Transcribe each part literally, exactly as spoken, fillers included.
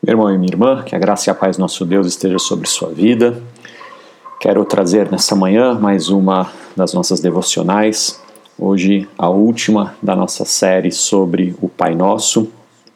Meu irmão e minha irmã, que a graça e a paz do nosso Deus esteja sobre sua vida. Quero trazer nessa manhã mais uma das nossas devocionais. Hoje a última da nossa série sobre o Pai Nosso.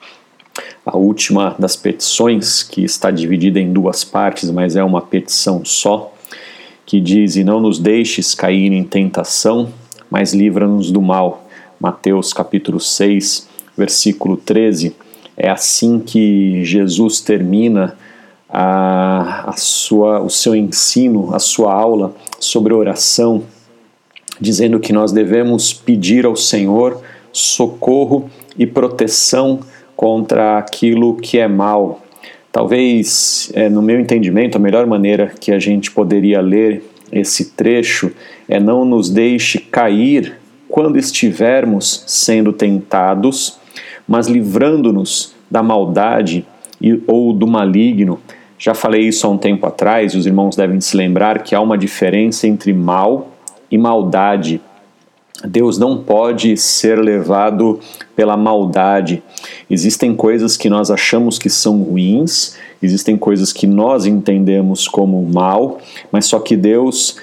A última das petições, que está dividida em duas partes, mas é uma petição só, que diz: e não nos deixes cair em tentação, mas livra-nos do mal. Mateus capítulo seis, versículo treze. É assim que Jesus termina a, a sua, o seu ensino, a sua aula sobre oração, dizendo que nós devemos pedir ao Senhor socorro e proteção contra aquilo que é mal. Talvez, é, no meu entendimento, a melhor maneira que a gente poderia ler esse trecho é: não nos deixe cair quando estivermos sendo tentados, mas livrando-nos da maldade e, ou do maligno. Já falei isso há um tempo atrás, os irmãos devem se lembrar que há uma diferença entre mal e maldade. Deus não pode ser levado pela maldade. Existem coisas que nós achamos que são ruins, existem coisas que nós entendemos como mal, mas só que Deus,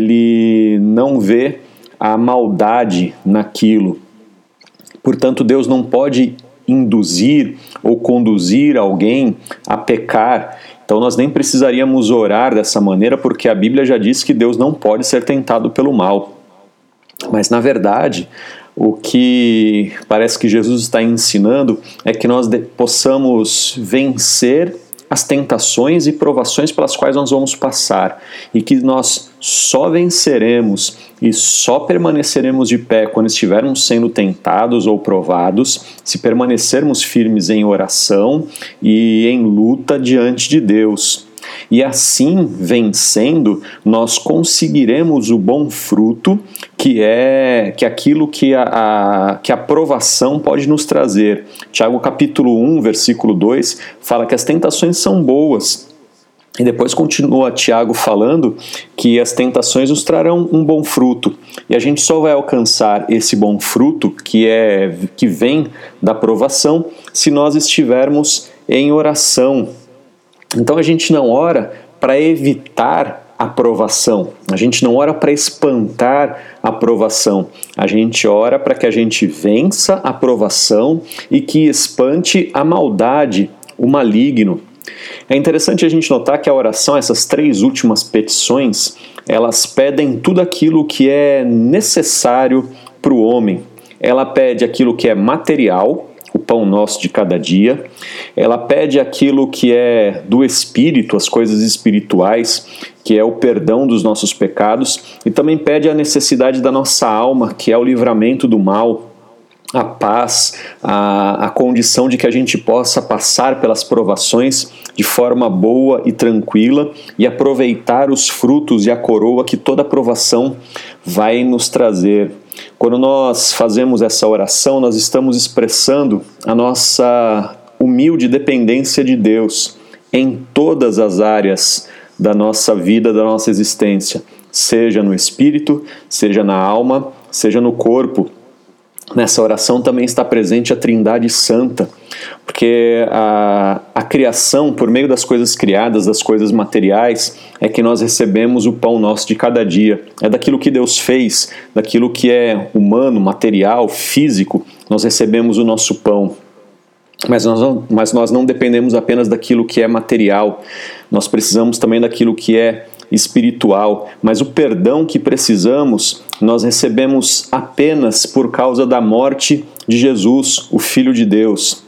ele não vê a maldade naquilo. Portanto, Deus não pode induzir ou conduzir alguém a pecar. Então nós nem precisaríamos orar dessa maneira, porque a Bíblia já diz que Deus não pode ser tentado pelo mal. Mas na verdade, o que parece que Jesus está ensinando é que nós possamos vencer as tentações e provações pelas quais nós vamos passar, e que nós só venceremos e só permaneceremos de pé quando estivermos sendo tentados ou provados, se permanecermos firmes em oração e em luta diante de Deus. E assim, vencendo, nós conseguiremos o bom fruto, que é que aquilo que a, a, que a provação pode nos trazer. Tiago capítulo um, versículo dois, fala que as tentações são boas. E depois continua Tiago falando que as tentações nos trarão um bom fruto. E a gente só vai alcançar esse bom fruto, que, é, que vem da provação, se nós estivermos em oração. Então a gente não ora para evitar a provação, a gente não ora para espantar a provação, a gente ora para que a gente vença a provação e que espante a maldade, o maligno. É interessante a gente notar que a oração, essas três últimas petições, elas pedem tudo aquilo que é necessário para o homem. Ela pede aquilo que é material, o pão nosso de cada dia. Ela pede aquilo que é do Espírito, as coisas espirituais, que é o perdão dos nossos pecados, e também pede a necessidade da nossa alma, que é o livramento do mal, a paz, a, a condição de que a gente possa passar pelas provações de forma boa e tranquila e aproveitar os frutos e a coroa que toda provação vai nos trazer. Quando nós fazemos essa oração, nós estamos expressando a nossa humilde dependência de Deus em todas as áreas da nossa vida, da nossa existência, seja no espírito, seja na alma, seja no corpo. Nessa oração também está presente a Trindade Santa, porque a, a criação, por meio das coisas criadas, das coisas materiais, é que nós recebemos o pão nosso de cada dia. É daquilo que Deus fez, daquilo que é humano, material, físico, nós recebemos o nosso pão. Mas nós, não, mas nós não dependemos apenas daquilo que é material, nós precisamos também daquilo que é espiritual, mas o perdão que precisamos nós recebemos apenas por causa da morte de Jesus, o Filho de Deus.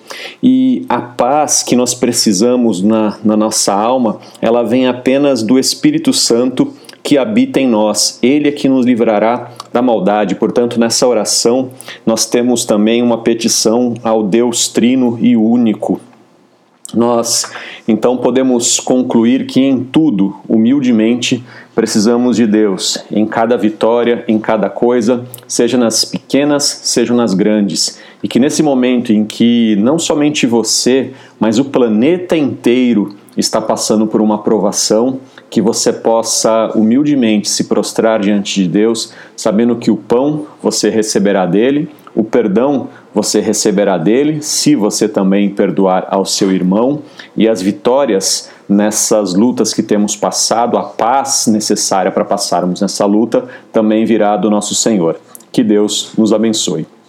E a paz que nós precisamos na, na nossa alma, ela vem apenas do Espírito Santo que habita em nós. Ele é que nos livrará da maldade. Portanto, nessa oração nós temos também uma petição ao Deus Trino e Único. Nós, então, podemos concluir que em tudo, humildemente, precisamos de Deus, em cada vitória, em cada coisa, seja nas pequenas, seja nas grandes. E que nesse momento em que não somente você, mas o planeta inteiro está passando por uma provação, que você possa humildemente se prostrar diante de Deus, sabendo que o pão você receberá dele, O perdão você receberá dele, se você também perdoar ao seu irmão, e as vitórias nessas lutas que temos passado, a paz necessária para passarmos nessa luta, também virá do nosso Senhor. Que Deus nos abençoe.